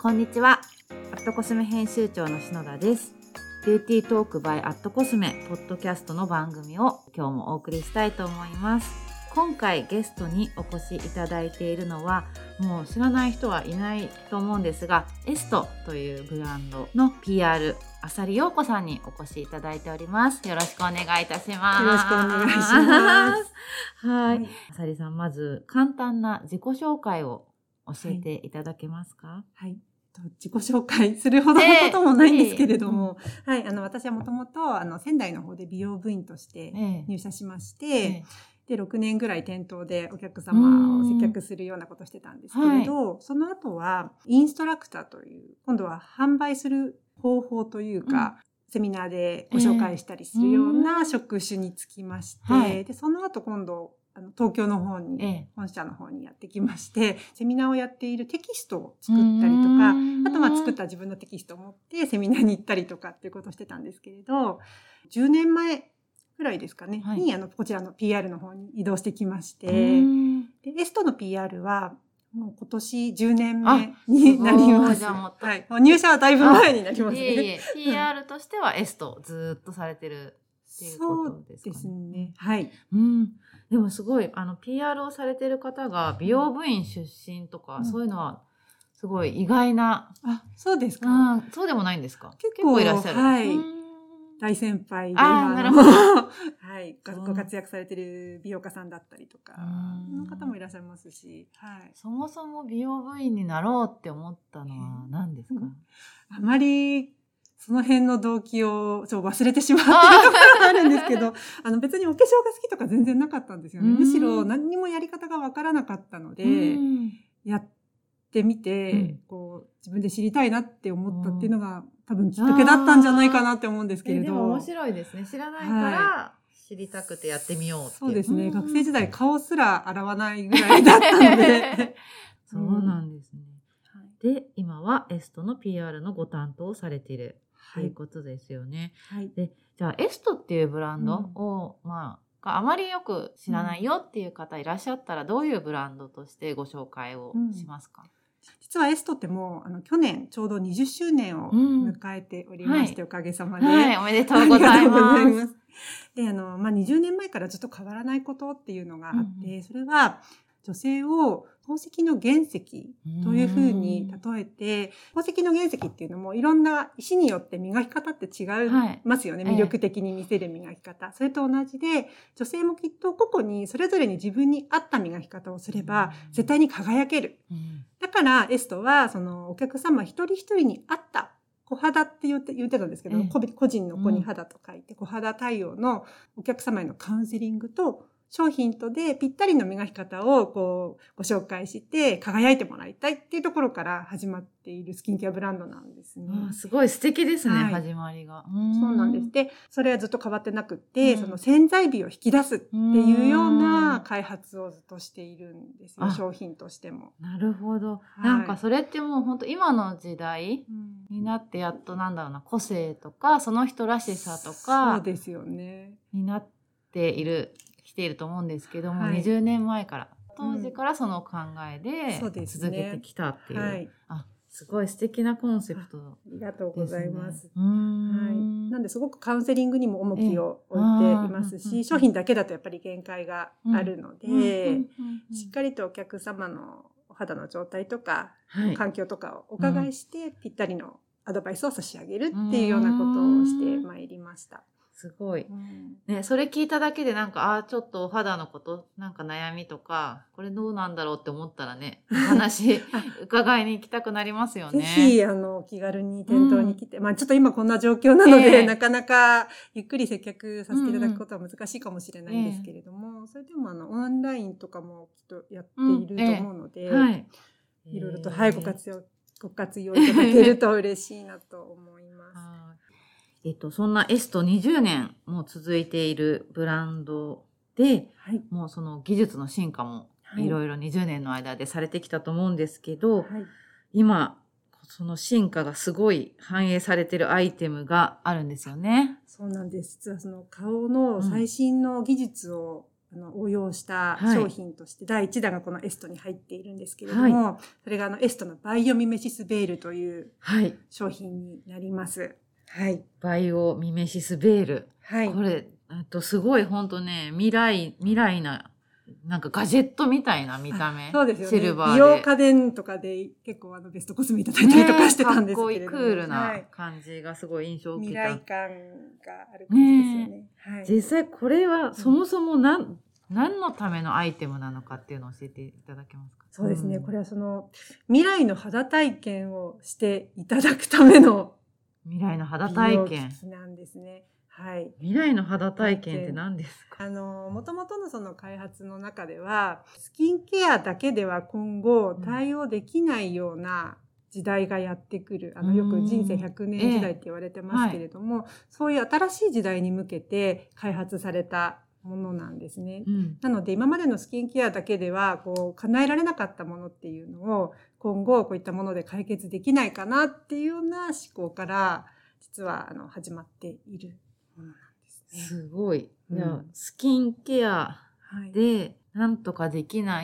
こんにちは。アットコスメ編集長の篠田です。ビューティートークバイアットコスメポッドキャストの番組を今日もお送りしたいと思います。今回ゲストにお越しいただいているのは、もう知らない人はいないと思うんですが、エストというブランドの PR 浅利陽子さんにお越しいただいております。よろしくお願いいたします。 よろしくお願いします。 はい。浅利さん、まず簡単な自己紹介を教えていただけますか？ はい。自己紹介するほどのこともないんですけれども、はい。私はもともと仙台の方で美容部員として入社しまして、で、6年ぐらい店頭でお客様を接客するようなことをしてたんですけれど、その後はインストラクターという、今度は販売する方法というか、セミナーでご紹介したりするような職種に就きまして、で、その後今度、東京の方に、本社の方にやってきまして、セミナーをやっているテキストを作ったりとか、あと作った自分のテキストを持ってセミナーに行ったりとかっていうことをしてたんですけれど、10年前くらいですかね、にこちらの PR の方に移動してきまして、でエストの PR はもう今年10年目になります。はい。もう入社はだいぶ前になりますね。 PR としてはエストずっとされてるっていうことですかね。 そうですね。はい。 でもすごい、PR をされてる方が美容部員出身とか、そういうのはすごい意外な。 あ、そうですか。 そうでもないんですか？ 結構いらっしゃる。 はい。大先輩でなるほど。 はい。ご活躍されてる美容家さんだったりとか、の方もいらっしゃいますし、はい。 そもそも美容部員になろうって思ったのは何ですか？ あまり、その辺の動機を忘れてしまっているところがあるんですけど、別にお化粧が好きとか全然なかったんですよね。むしろ何にもやり方がわからなかったので、やってみて、自分で知りたいなって思ったっていうのが多分きっかけだったんじゃないかなって思うんですけれど。 でも面白いですね。知らないから知りたくてやってみようって。 そうですね。学生時代顔すら洗わないぐらいだったんで。 そうなんですね。で、今はエストの PR のご担当をされているということですよね。で、じゃあエストっていうブランドを、あまりよく知らないよっていう方いらっしゃったら、どういうブランドとしてご紹介をしますか？ 実はエストってもう去年ちょうど20周年を迎えておりまして、おかげさまで。 はい、おめでとうございます。 で、20年前からずっと変わらないことっていうのがあって、それは女性を宝石の原石というふうに例えて、宝石の原石っていうのもいろんな石によって磨き方って違いますよね。魅力的に見せる磨き方。それと同じで、女性もきっと個々にそれぞれに自分に合った磨き方をすれば絶対に輝ける。だからエストはそのお客様一人一人に合った小肌って言ってたんですけど、個人の子に肌と書いて小肌対応のお客様へのカウンセリングと商品とでぴったりの磨き方をご紹介して輝いてもらいたいっていうところから始まっているスキンケアブランドなんですね。 すごい素敵ですね、始まりが。 そうなんです。で、それはずっと変わってなくって、その潜在美を引き出すっていうような開発をずっとしているんですよ、商品としても。 なるほど。なんかそれってもう本当今の時代になってやっと個性とかその人らしさとかそうですよね。 になってきていると思うんですけども、20年前から当時からその考えで続けてきたっていう、すごい素敵なコンセプト、 ありがとうございます。なんですごくカウンセリングにも重きを置いていますし、商品だけだとやっぱり限界があるので、しっかりとお客様のお肌の状態とか、環境とかをお伺いしてぴったりのアドバイスを差し上げるっていうようなことをしてまいりました。 すごい。ね、それ聞いただけでちょっとお肌のこと、悩みとか、これどうなんだろうって思ったらね、話伺いに行きたくなりますよね。 ぜひ、気軽に店頭に来て、ちょっと今こんな状況なので、なかなかゆっくり接客させていただくことは難しいかもしれないんですけれども、それでもオンラインとかもきっとやっていると思うので、いろいろと、ご活用いただけると嬉しいなと思います。 そんなエスト20年も続いているブランドで、もうその技術の進化もいろいろ20年の間でされてきたと思うんですけど、今、その進化がすごい反映されているアイテムがあるんですよね。 そうなんです。実はその顔の最新の技術を応用した商品として第1弾がこのエストに入っているんですけれども、それがエストのバイオミメシスベールという商品になります。はい。 バイオミメシスベール。はい。これ、すごい本当ね、未来な、なんかガジェットみたいな見た目。 そうですよね。 シルバーで。 美容家電とかで結構ベストコスメいただいたりとかしてたんですけれども。 かっこいい、クールな感じがすごい印象を受けた。 未来感がある感じですよね。 はい、実際これはそもそも何のためのアイテムなのかっていうのを教えていただけますか？ そうですね。これは未来の肌体験をしていただくための未来の肌体験なんですね。はい。 未来の肌体験って何ですか？ もともとのその開発の中では、スキンケアだけでは今後対応できないような時代がやってくる。よく人生100年時代って言われてますけれども、そういう新しい時代に向けて開発されたものなんですね。なので今までのスキンケアだけでは叶えられなかったものっていうのを今後こういったもので解決できないかなっていうような思考から実は始まっているものなんですね。 すごい。スキンケアでなんとかできない、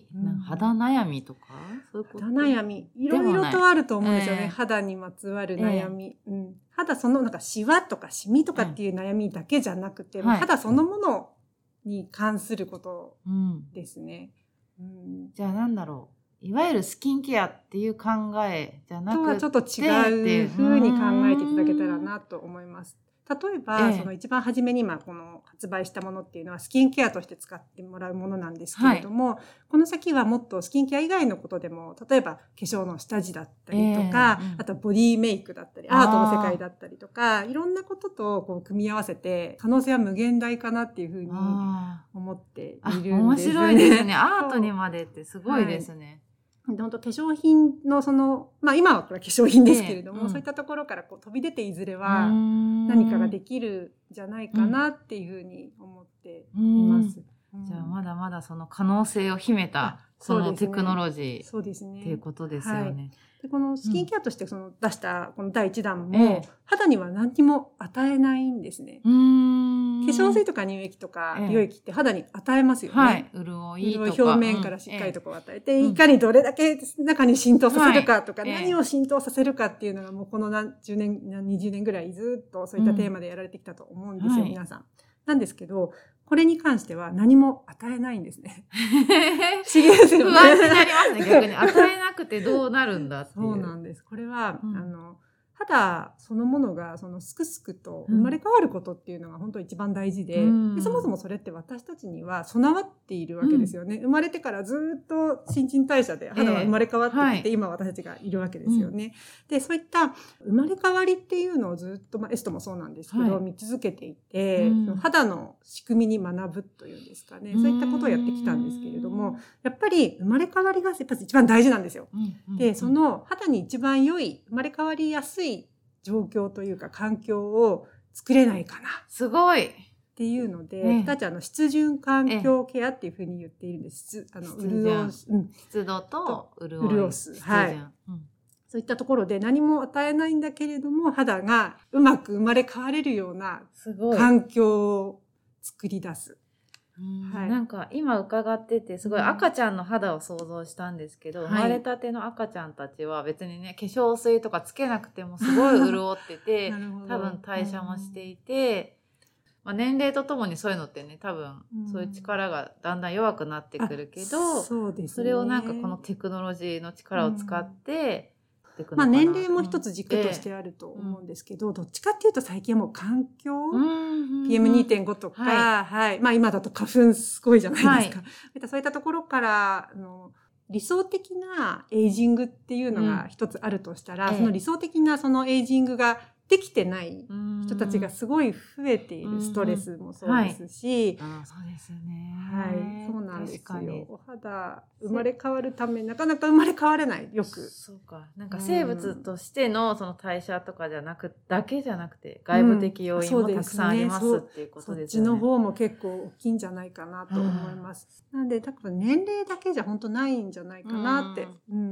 肌悩みとかそういうこと？ 肌悩みいろいろとあると思うんですよね。肌にまつわる悩み。肌なんかシワとかシミとかっていう悩みだけじゃなくて、肌そのものに関することですね。 じゃあなんだろう。いわゆるスキンケアっていう考えじゃなくて。 とはちょっと違う風に考えていただけたらなと思います。例えば、その一番初めに今この発売したものっていうのはスキンケアとして使ってもらうものなんですけれども、この先はもっとスキンケア以外のことでも、例えば化粧の下地だったりとか、あとボディメイクだったり、アートの世界だったりとか、いろんなことと組み合わせて可能性は無限大かなっていうふうに思っているんですね。 面白いですね。アートにまでってすごいですね。 本当化粧品の今はこれは化粧品ですけれども、そういったところから飛び出ていずれは何かができるんじゃないかなっていうふうに思っています。 じゃあまだまだその可能性を秘めたそのテクノロジーっていうことですよね。 でこのスキンケアとして出したこの第1弾も肌には何にも与えないんですね。化粧水とか乳液とか美容液って肌に与えますよね。 潤いとか表面からしっかりと与えて、いかにどれだけ中に浸透させるかとか、何を浸透させるかっていうのがもうこの10年、20年ぐらいずっとそういったテーマでやられてきたと思うんですよ、皆さん。なんですけど、これに関しては何も与えないんですね。不思議ですよね。 不安になりますね、逆に。与えなくてどうなるんだっていう。 そうなんです。これは、肌そのものがすくすくと生まれ変わることっていうのが本当一番大事で、そもそもそれって私たちには備わっているわけですよね。生まれてからずっと新陳代謝で肌は生まれ変わってきて、今私たちがいるわけですよね。で、そういった生まれ変わりっていうのをずっと、エストもそうなんですけど、見続けていて、肌の仕組みに学ぶというんですかね。そういったことをやってきたんですけれども、やっぱり生まれ変わりがやっぱり一番大事なんですよ。で、その肌に一番良い、生まれ変わりやすい状況というか環境を作れないかな。 すごい。 っていうので、私たち湿潤環境ケアっていうふうに言っているんです。 湿度と潤す。 はい。そういったところで何も与えないんだけれども、肌がうまく生まれ変われるような環境を作り出す。 なんか今伺っててすごい赤ちゃんの肌を想像したんですけど、生まれたての赤ちゃんたちは別にね化粧水とかつけなくてもすごい潤ってて多分代謝もしていて、年齢とともにそういうのってね多分そういう力がだんだん弱くなってくるけど、それをなんかこのテクノロジーの力を使って年齢も一つ軸としてあると思うんですけど、どっちかっていうと最近はもう環境、PM2.5 とか、今だと花粉すごいじゃないですか。そういったところから理想的なエイジングっていうのが一つあるとしたら、その理想的なそのエイジングができてない人たちがすごい増えている。ストレスもそうですし、 そうですね。 そうなんですよ。お肌生まれ変わるためなかなか生まれ変われない。よく。 そうか。なんか生物としてのその代謝とかだけじゃなくて外部的要因もたくさんありますっていうことですよね。 そっちの方も結構大きいんじゃないかなと思います。なんで多分年齢だけじゃ本当ないんじゃないかなって。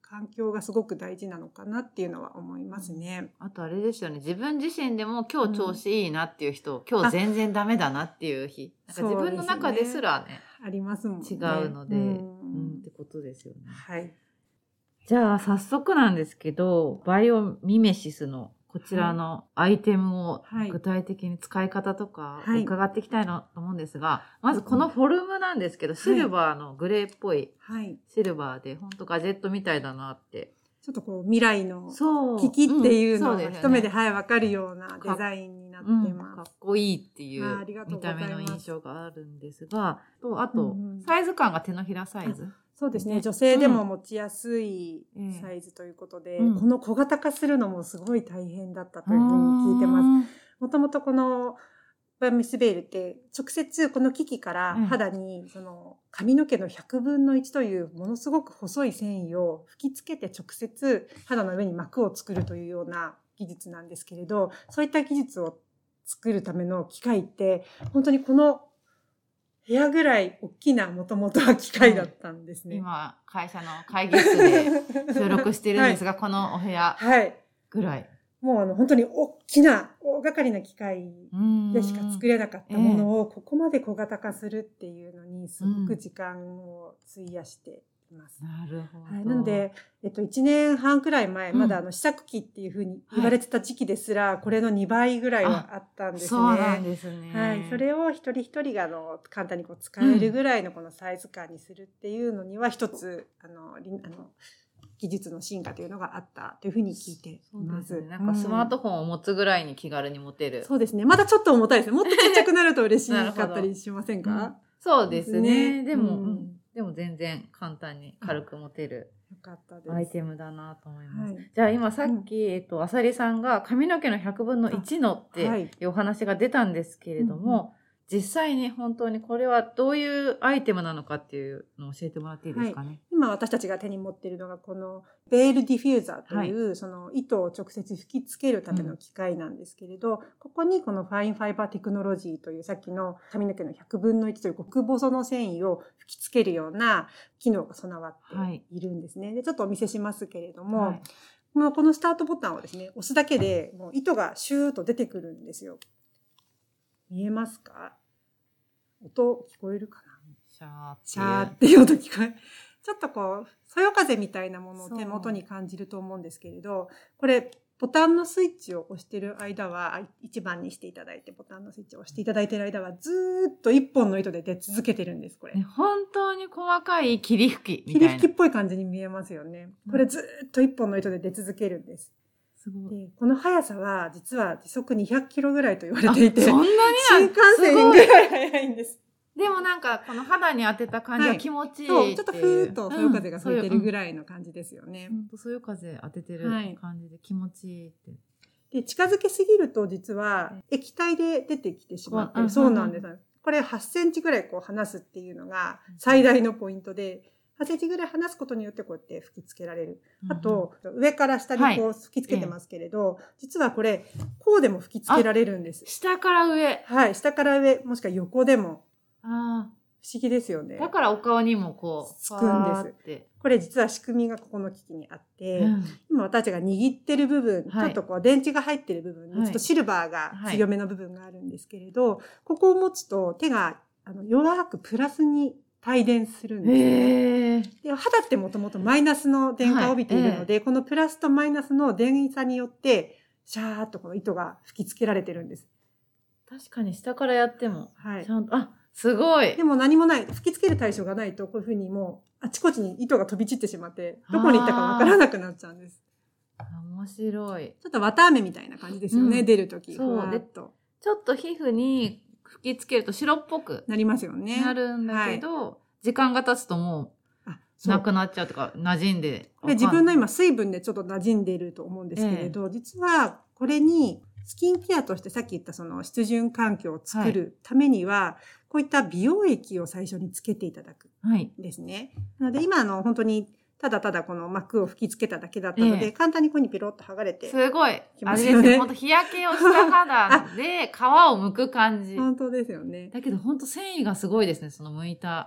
環境がすごく大事なのかなっていうのは思いますね。 あとあれですよね、自分自身でも今日調子いいなっていう人、今日全然ダメだなっていう日、なんか自分の中ですらね、 ありますもんね。 違うので、ってことですよね。 はい。 じゃあ早速なんですけど、バイオミメシスのこちらのアイテムを具体的に使い方とか伺っていきたいなと思うんですが、まずこのフォルムなんですけど、シルバーのグレーっぽいシルバーで、ほんとガジェットみたいだなって。 ちょっとこう未来の機器っていうのが一目でわかるようなデザインになってます。 かっこいいっていう見た目の印象があるんですが、あとサイズ感が手のひらサイズ。 そうですね。女性でも持ちやすいサイズということで、この小型化するのもすごい大変だったというふうに聞いてます。もともとこのバイオミスベールって直接この機器から肌にその髪の毛の100分の1というものすごく細い繊維を吹き付けて直接肌の上に膜を作るというような技術なんですけれど、そういった技術を作るための機械って本当にこの部屋ぐらい大きなもともとは機械だったんですね。 今会社の会議室で収録しているんですが、このお部屋ぐらい。 もう本当に大きな大掛かりな機械でしか作れなかったものをここまで小型化するっていうのにすごく時間を費やしています。 なるほど。 なので、1年半くらい前、まだ試作機っていうふうに言われてた時期ですら、これの2倍ぐらいはあったんですね。 そうなんですね。 はい。それを一人一人が簡単に使えるぐらいのこのサイズ感にするっていうのには一つ、技術の進化というのがあったというふうに聞いています。 なんかスマートフォンを持つぐらいに気軽に持てる。 そうですね。まだちょっと重たいですね。もっとちっちゃくなると嬉しかったりしませんか？ そうですね。でも全然簡単に軽く持てるアイテムだなと思います。じゃあ今さっき、あさりさんが髪の毛の100分の1のっていうお話が出たんですけれども、実際に本当にこれはどういうアイテムなのかっていうのを教えてもらっていいですかね。 今私たちが手に持っているのがこのベールディフューザーというその糸を直接吹きつけるための機械なんですけれど、ここにこのファインファイバーテクノロジーというさっきの髪の毛の100分の1という極細の繊維を吹きつけるような機能が備わっているんですね。でちょっとお見せしますけれども、このスタートボタンをですね押すだけでもう糸がシューッと出てくるんですよ。見えますか？音聞こえるかな？シャーっていう音聞こえる。ちょっとこう、そよ風みたいなものを手元に感じると思うんですけれど、これ、ボタンのスイッチを押している間は、1番にしていただいて、ボタンのスイッチを押していただいている間は、ずーっと1本の糸で出続けてるんです、これ。 本当に細かい霧吹きみたいな。 霧吹きっぽい感じに見えますよね。これずーっと1本の糸で出続けるんです。でこの速さは実は時速200キロぐらいと言われていて、 そんなに新幹線ぐらい速いんです。 でもなんかこの肌に当てた感じは気持ちいいっていう、 そうちょっとふーっとそよ風が吹いてるぐらいの感じですよね。 そよ風当ててる感じで気持ちいいって。 で近づけすぎると実は液体で出てきてしまって、そうなんです。これ8センチぐらいこう離すっていうのが最大のポイントで。8センチぐらい離すことによってこうやって吹きつけられる。あと、上から下にこう吹きつけてますけれど、実はこれ、こうでも吹きつけられるんです。 下から上。 はい、下から上、もしくは横でも。不思議ですよね。 だからお顔にもこう、 つくんです。これ実は仕組みがここの機器にあって、今私たちが握ってる部分、ちょっとこう電池が入ってる部分に、ちょっとシルバーが強めの部分があるんですけれど、ここを持つと手が弱くプラスに帯電するんですね。で肌ってもともとマイナスの電荷を帯びているので、このプラスとマイナスの電差によって、シャーっとこの糸が吹きつけられてるんです。 確かに下からやっても、ちゃんと、すごい。 でも何もない、吹きつける対象がないと、こういうふうにもう、あちこちに糸が飛び散ってしまって、どこに行ったかわからなくなっちゃうんです。 面白い。 ちょっと綿飴みたいな感じですよね、出るとき。 そうで、ちょっと皮膚に吹きつけると白っぽくなりますよね。 なるんだけど、時間が経つともうなくなっちゃうとか馴染んで。 自分の今水分でちょっと馴染んでいると思うんですけれど、実はこれにスキンケアとしてさっき言ったその湿潤環境を作るためには、こういった美容液を最初につけていただくんですね。なので今本当にただただこの膜を吹きつけただけだったので、簡単にここにピロッと剥がれて。 すごい。あれですよ。本当日焼けをした肌で皮を剥く感じ。 本当ですよね。 だけど本当繊維がすごいですね、その剥いた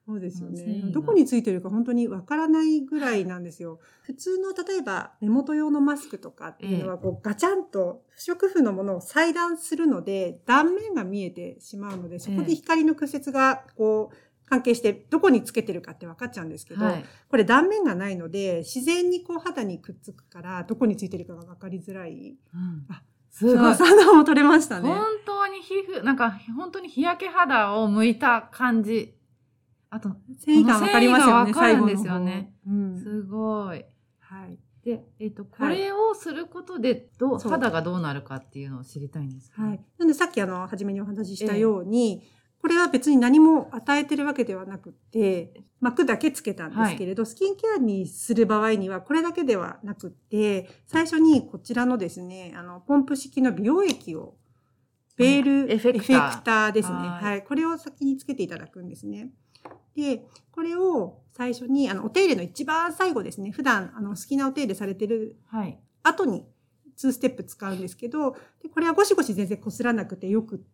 そうですよね。どこについてるか本当にわからないぐらいなんですよ。普通の例えば目元用のマスクとかっていうのはこうガチャンと不織布のものを裁断するので断面が見えてしまうので、そこで光の屈折がこう関係してどこにつけてるかって分かっちゃうんですけど、これ断面がないので自然にこう肌にくっつくからどこについてるかが分かりづらい。すごい肌も取れましたね。 本当に皮膚、なんか本当に日焼け肌を向いた感じ。あと、 繊維感わかりますよね、 最後のですよね。すごい。 はい。 で、これをすることで肌がどうなるかっていうのを知りたいんです。 はい。なのでさっき初めにお話ししたように、これは別に何も与えてるわけではなくて、膜だけつけたんですけれど、スキンケアにする場合にはこれだけではなくて、最初にこちらのですね、ポンプ式の美容液を、ベールエフェクターですね。はい。これを先につけていただくんですね。で、これを最初に、お手入れの一番最後ですね。普段、好きなお手入れされてる後に、2ステップ使うんですけど、でこれはゴシゴシ全然擦らなくてよくって、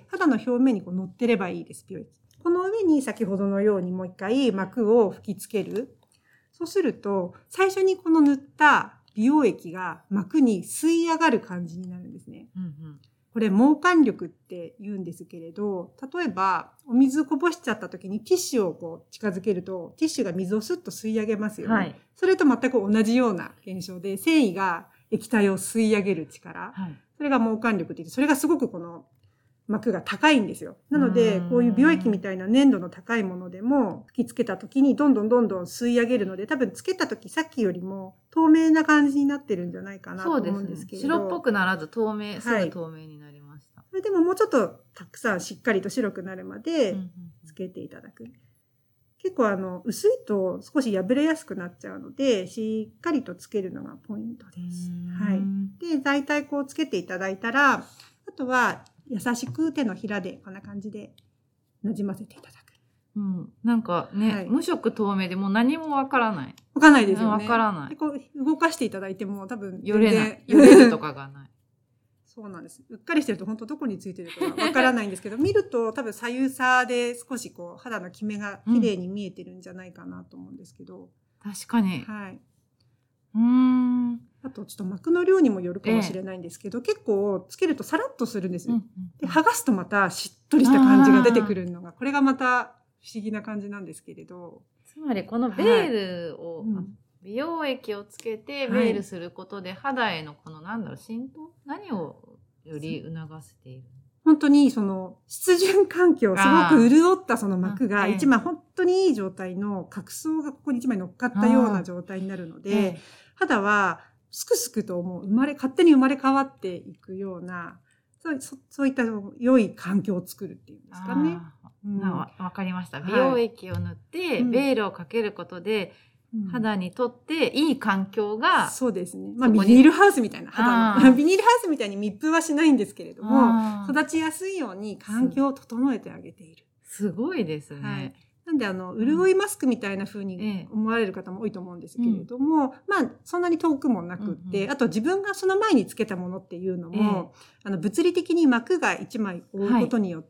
肌の表面にこう乗ってればいいです、美容液。この上に先ほどのようにもう一回膜を吹きつける。そうすると、最初にこの塗った美容液が膜に吸い上がる感じになるんですね。これ、毛管力って言うんですけれど、例えば、お水こぼしちゃった時にティッシュをこう近づけると、ティッシュが水をスッと吸い上げますよね。それと全く同じような現象で、繊維が液体を吸い上げる力。それが毛管力って言って、それがすごくこの膜が高いんですよ。なので、こういう美容液みたいな粘度の高いものでも吹きつけた時にどんどん吸い上げるので、多分つけた時さっきよりも透明な感じになってるんじゃないかなと思うんですけれど。 白っぽくならずすぐ透明になりました。 それでももうちょっとたくさんしっかりと白くなるまでつけていただく。結構薄いと少し破れやすくなっちゃうので、しっかりとつけるのがポイントです。はい。で、大体こうつけていただいたら、あとは優しく手のひらでこんな感じで馴染ませていただく。 なんかね、無色透明でもう何もわからない。 わからないですよね。 わからない。 でこう動かしていただいても多分よれるとかがない。 そうなんです。うっかりしてると本当どこについてるかわからないんですけど、見ると多分左右差で少しこう肌のキメが綺麗に見えてるんじゃないかなと思うんですけど。 確かに。 はい。あとちょっと膜の量にもよるかもしれないんですけど、結構つけるとサラッとするんです。で、剥がすとまたしっとりした感じが出てくるのが、これがまた不思議な感じなんですけれど。 つまりこのベールを、美容液をつけてベールすることで肌へのこの浸透、何をより促している？ 本当にその湿潤環境、すごく潤ったその膜が一枚本当にいい状態の角層がここに一枚乗っかったような状態になるので、肌はすくすくともう勝手に生まれ変わっていくような、そういった良い環境を作るっていうんですかね。 わかりました。美容液を塗ってベールをかけることで、肌にとっていい環境が、 そうですね。ビニールハウスみたいな肌のビニールハウスみたいに密封はしないんですけれども、育ちやすいように環境を整えてあげている。 すごいですね。 なんで潤いマスクみたいな風に思われる方も多いと思うんですけれども、そんなに遠くもなくって、あと自分がその前につけたものっていうのも、物理的に膜が一枚覆うことによって、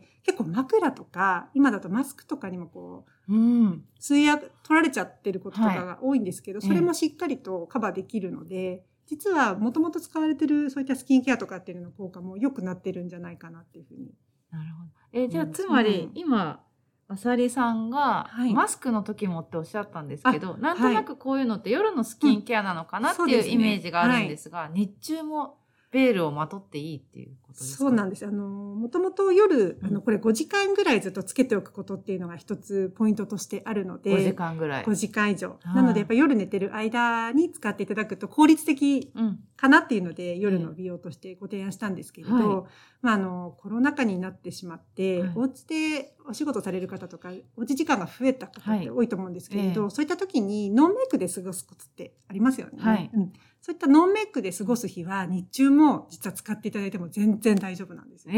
結構枕とか、今だとマスクとかにもこう、取られちゃってることとかが多いんですけど、それもしっかりとカバーできるので、実はもともと使われてるそういったスキンケアとかっていうのの効果も良くなってるんじゃないかなっていうふうに。 なるほど。じゃあつまり今、あさりさんがマスクの時もっておっしゃったんですけど、なんとなくこういうのって夜のスキンケアなのかなっていうイメージがあるんですが、日中もベールをまとっていいっていうことですか？ そうなんです。もともと夜、これ5時間ぐらいずっとつけておくことっていうのが一つポイントとしてあるので。 5時間ぐらい。 5時間以上。なのでやっぱ夜寝てる間に使っていただくと効率的かなっていうので、夜の美容としてご提案したんですけれど、コロナ禍になってしまって、お家でお仕事される方とか、おうち時間が増えた方って多いと思うんですけれど、そういった時にノンメイクで過ごすコツってありますよね。そういったノンメイクで過ごす日は日中も実は使っていただいても全然大丈夫なんですよ。 す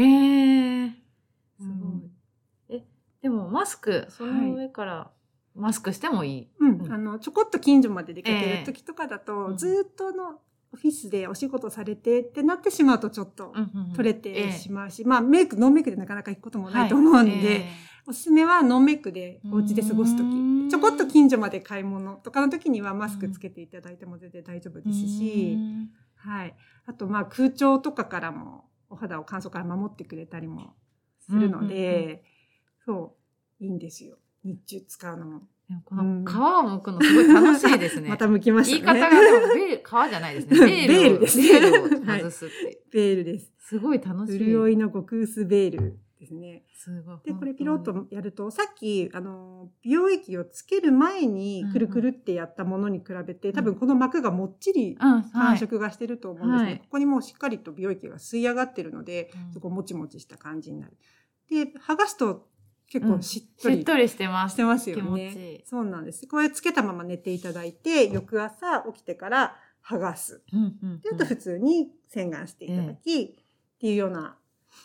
ごい。でもマスク、その上からマスクしてもいい？ ちょこっと近所まで出かける時とかだと、ずっとオフィスでお仕事されてってなってしまうとちょっと取れてしまうし、ノンメイクでなかなか行くこともないと思うんで、おすすめはノンメイクでお家で過ごすとき、ちょこっと近所まで買い物とかの時にはマスクつけていただいても全然大丈夫ですし、はい。あと空調とかからもお肌を乾燥から守ってくれたりもするので、そういいんですよ。日中使うのも。 でもこの皮を剥くのすごい楽しいですね。 また剥きましたね。 言い方がでも皮じゃないですね。ベールですね。ベールを外すって。 はい、ベールです。 すごい楽しい。 潤いの極薄ベールですね。 すごい。 で、これピロッとやると、さっき、美容液をつける前にくるくるってやったものに比べて、多分この膜がもっちり感触がしてると思うんですね。ここにもうしっかりと美容液が吸い上がってるので、そこもちもちした感じになる。で、剥がすと、結構しっとり、 しっとりしてます。 してますよね。 気持ちいい。 そうなんです。これつけたまま寝ていただいて、翌朝起きてから剥がす。で、あと普通に洗顔していただき、っていうような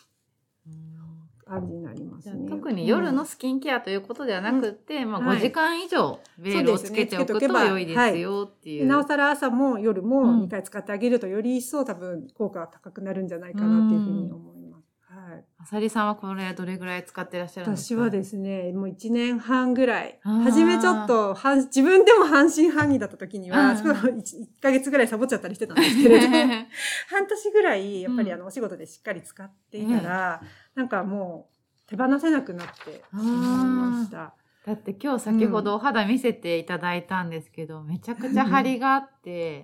感じになりますね。 特に夜のスキンケアということではなくて、5時間以上ベールをつけておくと良いですよっていう。 なおさら朝も夜も2回使ってあげるとより一層多分効果が高くなるんじゃないかなっていうふうに思います。 あさりさんはこれどれぐらい使ってらっしゃるんですか？ 私はですね、もう1年半ぐらい。初めちょっと自分でも半信半疑だった時には、1ヶ月ぐらいサボっちゃったりしてたんですけれど、半年ぐらいやっぱりお仕事でしっかり使っていたら、なんかもう手放せなくなってしまいました。 だって今日先ほどお肌見せていただいたんですけど、めちゃくちゃ張りがあって、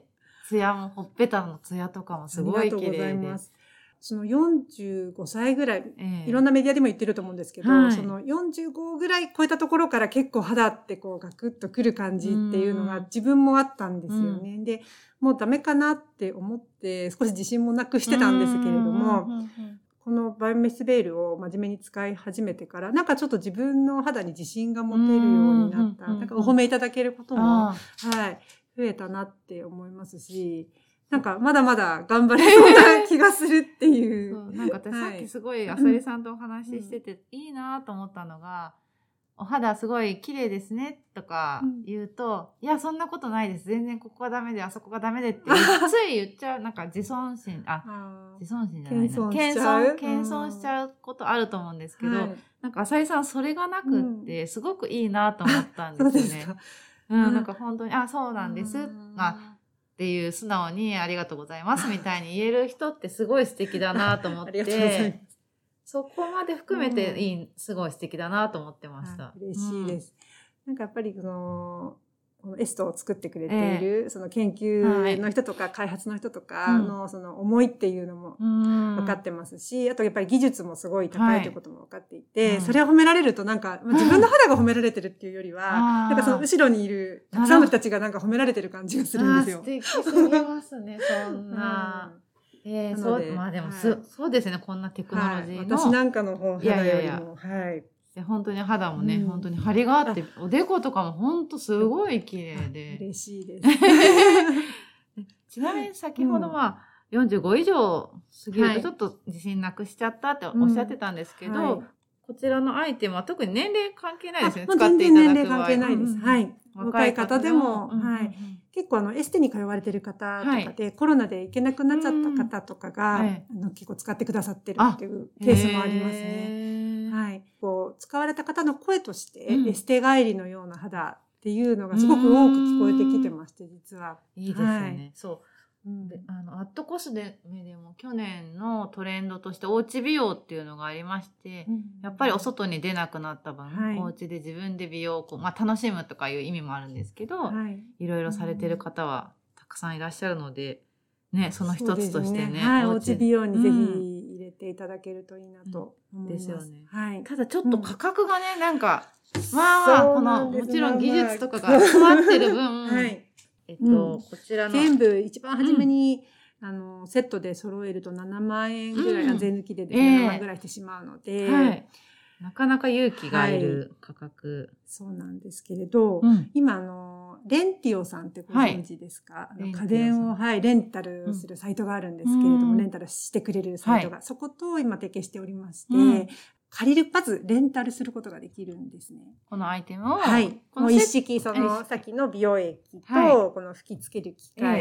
ツヤもほっぺたのツヤとかもすごい綺麗で。ありがとうございます。その45歳ぐらい、いろんなメディアでも言ってると思うんですけど、その45ぐらい超えたところから結構肌ってこうガクッとくる感じっていうのが自分もあったんですよね。で、もうダメかなって思って少し自信もなくしてたんですけれども、このバイオメスベールを真面目に使い始めてから、なんかちょっと自分の肌に自信が持てるようになった。なんかお褒めいただけることも、増えたなって思いますし、なんかまだまだ頑張れそうな気がするっていう。 そうなんか私さっきすごいあさりさんとお話ししてていいなと思ったのが、お肌すごい綺麗ですねとか言うと、いやそんなことないです。全然ここはダメであそこがダメでってつい言っちゃう。なんか自尊心じゃないな。謙遜しちゃうことあると思うんですけど、なんかあさりさんそれがなくってすごくいいなと思ったんですよね。 そうですか。 なんか本当にそうなんですっていう素直にありがとうございますみたいに言える人ってすごい素敵だなと思って、そこまで含めてすごい素敵だなと思ってました。 嬉しいです。なんかやっぱりこのエストを作ってくれている、その研究の人とか開発の人とかのその思いっていうのも分かってますし、あとやっぱり技術もすごい高いということも分かっていて、それを褒められるとなんか自分の肌が褒められてるっていうよりは、なんかその後ろにいるたくさんの人たちがなんか褒められてる感じがするんですよ。 素敵すぎますね、そんな。まあでもそうですね、こんなテクノロジーの。 私なんかの肌よりも、 本当に肌もね、本当に張りがあって、おでことかも本当すごい綺麗で。 嬉しいです。 ちなみに先ほど45以上過ぎるとちょっと自信なくしちゃったっておっしゃってたんですけど、こちらのアイテムは特に年齢関係ないですね。使っていただく場合。 年齢関係ないです。はい。若い方でも、結構エステに通われてる方とかで、コロナで行けなくなっちゃった方とかが、結構使ってくださってるっていうケースもありますね。はい。こう、使われた方の声として、エステ帰りのような肌っていうのがすごく多く聞こえてきてまして、実は。 いいですよね。そう。アットコスメでも去年のトレンドとしておうち美容っていうのがありまして、やっぱりお外に出なくなった分、お家で自分で美容を楽しむとかいう意味もあるんですけど、いろいろされてる方はたくさんいらっしゃるので、ね、その一つとしてね。 おうち美容にぜひ入れていただけるといいなと思います。 ですよね。ただちょっと価格がね、なんか、この、もちろん技術とかが詰まってる分、こちらの。 全部一番初めに、セットで揃えると7万円ぐらい、税抜きで7万ぐらいしてしまうので、 なかなか勇気がいる価格。 そうなんですけれど、今レンティオさんってご存知ですか？家電を、レンタルするサイトがあるんですけれども、レンタルしてくれるサイトが、そこと今提携しておりまして、借りる、まずレンタルすることができるんですね。 このアイテムを。 もう一式、さっきの美容液と、この吹き付ける機械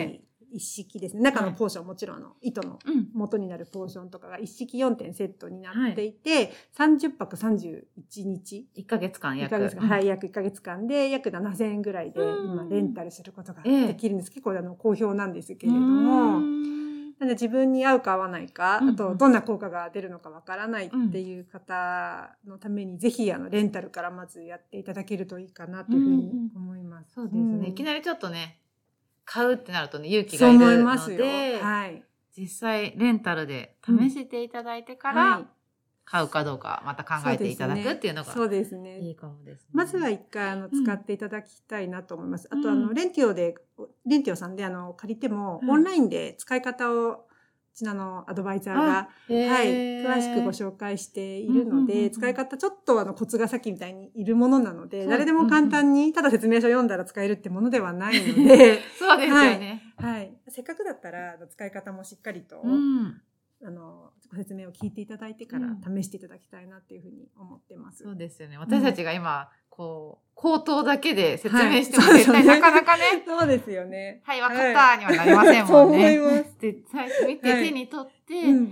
一式ですね。中のポーション、もちろん糸の元になるポーションとかが一式4点セットになっていて、30泊31日。 1ヶ月間約。 はい、約1ヶ月間で約7000円ぐらいで今レンタルすることができるんです。結構好評なんですけれども。なので自分に合うか合わないか、あとどんな効果が出るのかわからないっていう方のために、ぜひレンタルからまずやっていただけるといいかなというふうに思います。 そうですね。いきなりちょっとね、買うってなるとね、勇気がいるので、そう思いますよ。はい。実際レンタルで試していただいてから、買うかどうかまた考えていただくっていうのがいいかもですね。 まずは一回使っていただきたいなと思います。あとレンティオさんで借りても、オンラインで使い方をうちのアドバイザーが、詳しくご紹介しているので、使い方ちょっとコツが先みたいにいるものなので、誰でも簡単にただ説明書読んだら使えるってものではないので、 そうですよね。 はい。せっかくだったら使い方もしっかりと、ご説明を聞いていただいてから試していただきたいなっていうふうに思ってます。 そうですよね。私たちが今、口頭だけで説明しても絶対なかなかね。 そうですよね。 はい、わかったにはなりませんもんね。 そう思います。 絶対見て手に取って、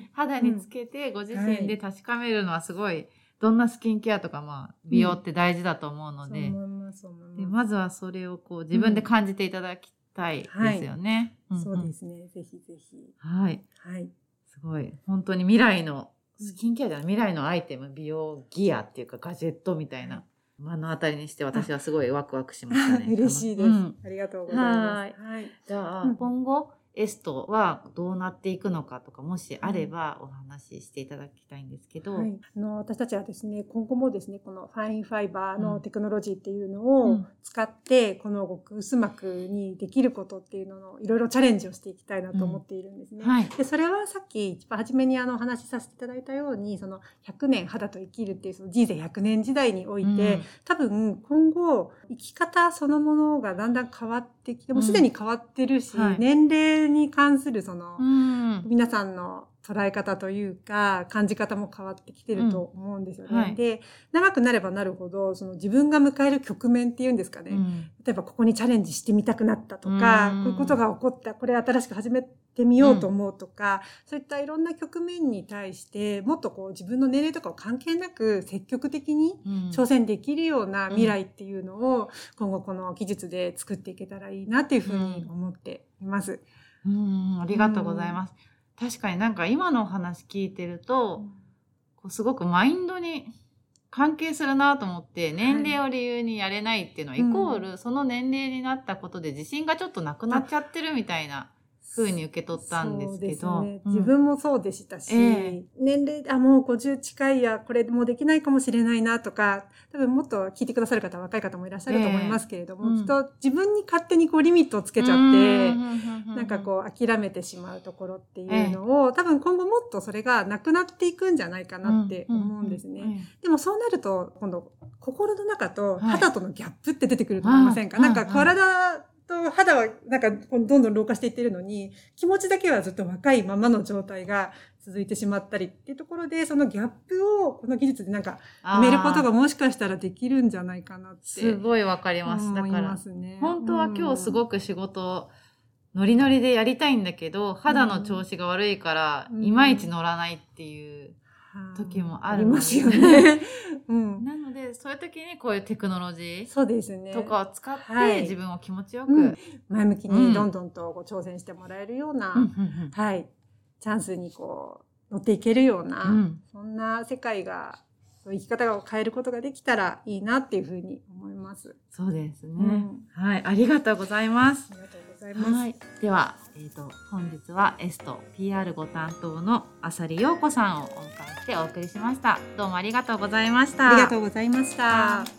肌につけてご自身で確かめるのはすごい、どんなスキンケアとか美容って大事だと思うので、まずはそれを自分で感じていただきたいですよね。 そうですね。ぜひぜひ。 はい。はい。すごい。本当に未来の、スキンケアじゃない、未来のアイテム、美容ギアっていうかガジェットみたいな、目の当たりにして私はすごいワクワクしましたね。 嬉しいです。ありがとうございます。はい。 じゃあ、今後、エストはどうなっていくのかとか、もしあればお話ししていただきたいんですけど。 私たちはですね、今後もですね、このファインファイバーのテクノロジーっていうのを使って、この極薄膜にできることっていうののいろいろチャレンジをしていきたいなと思っているんですね。で、それはさっき一番初めにお話しさせていただいたように、その100年肌と生きるっていうその人生100年時代において、多分今後生き方そのものがだんだん変わってきて、もうすでに変わってるし、年齢に関する皆さんの捉え方というか感じ方も変わってきてると思うんですよね。で、長くなればなるほど自分が迎える局面っていうんですかね。例えばここにチャレンジしてみたくなったとか、こういうことが起こった、これ新しく始めてみようと思うとか、そういったいろんな局面に対してもっと自分の年齢とかを関係なく積極的に挑戦できるような未来っていうのを今後この技術で作っていけたらいいなっていうふうに思っています。 ありがとうございます。確かに今のお話聞いてると、すごくマインドに関係するなと思って、年齢を理由にやれないっていうのは、イコールその年齢になったことで自信がちょっとなくなっちゃってるみたいな風に受け取ったんですけど。そうですね。 自分もそうでしたし、年齢、もう50近いや、これもうできないかもしれないなとか、多分もっと聞いてくださる方、若い方もいらっしゃると思いますけれども、きっと自分に勝手にリミットをつけちゃって、諦めてしまうところっていうのを、多分今後もっとそれがなくなっていくんじゃないかなって思うんですね。でもそうなると、今度、心の中と肌とのギャップって出てくると思いませんか？体と肌はどんどん老化していってるのに、気持ちだけはずっと若いままの状態が続いてしまったりっていうところで、そのギャップをこの技術で埋めることがもしかしたらできるんじゃないかなって。 すごいわかります。だから、本当は今日すごく仕事ノリノリでやりたいんだけど、肌の調子が悪いから、いまいち乗らないっていう時もありますよね。なので、そういう時にこういうテクノロジーとかを使って自分を気持ちよく、 前向きにどんどんと挑戦してもらえるような、チャンスに乗っていけるような、そんな世界が、生き方を変えることができたらいいなっていうふうに思います。 そうですね。はい、ありがとうございます。 ありがとうございます。 では、本日はエスト PR ご担当の浅利陽子さんをお迎えしてお送りしました。どうもありがとうございました。 ありがとうございました。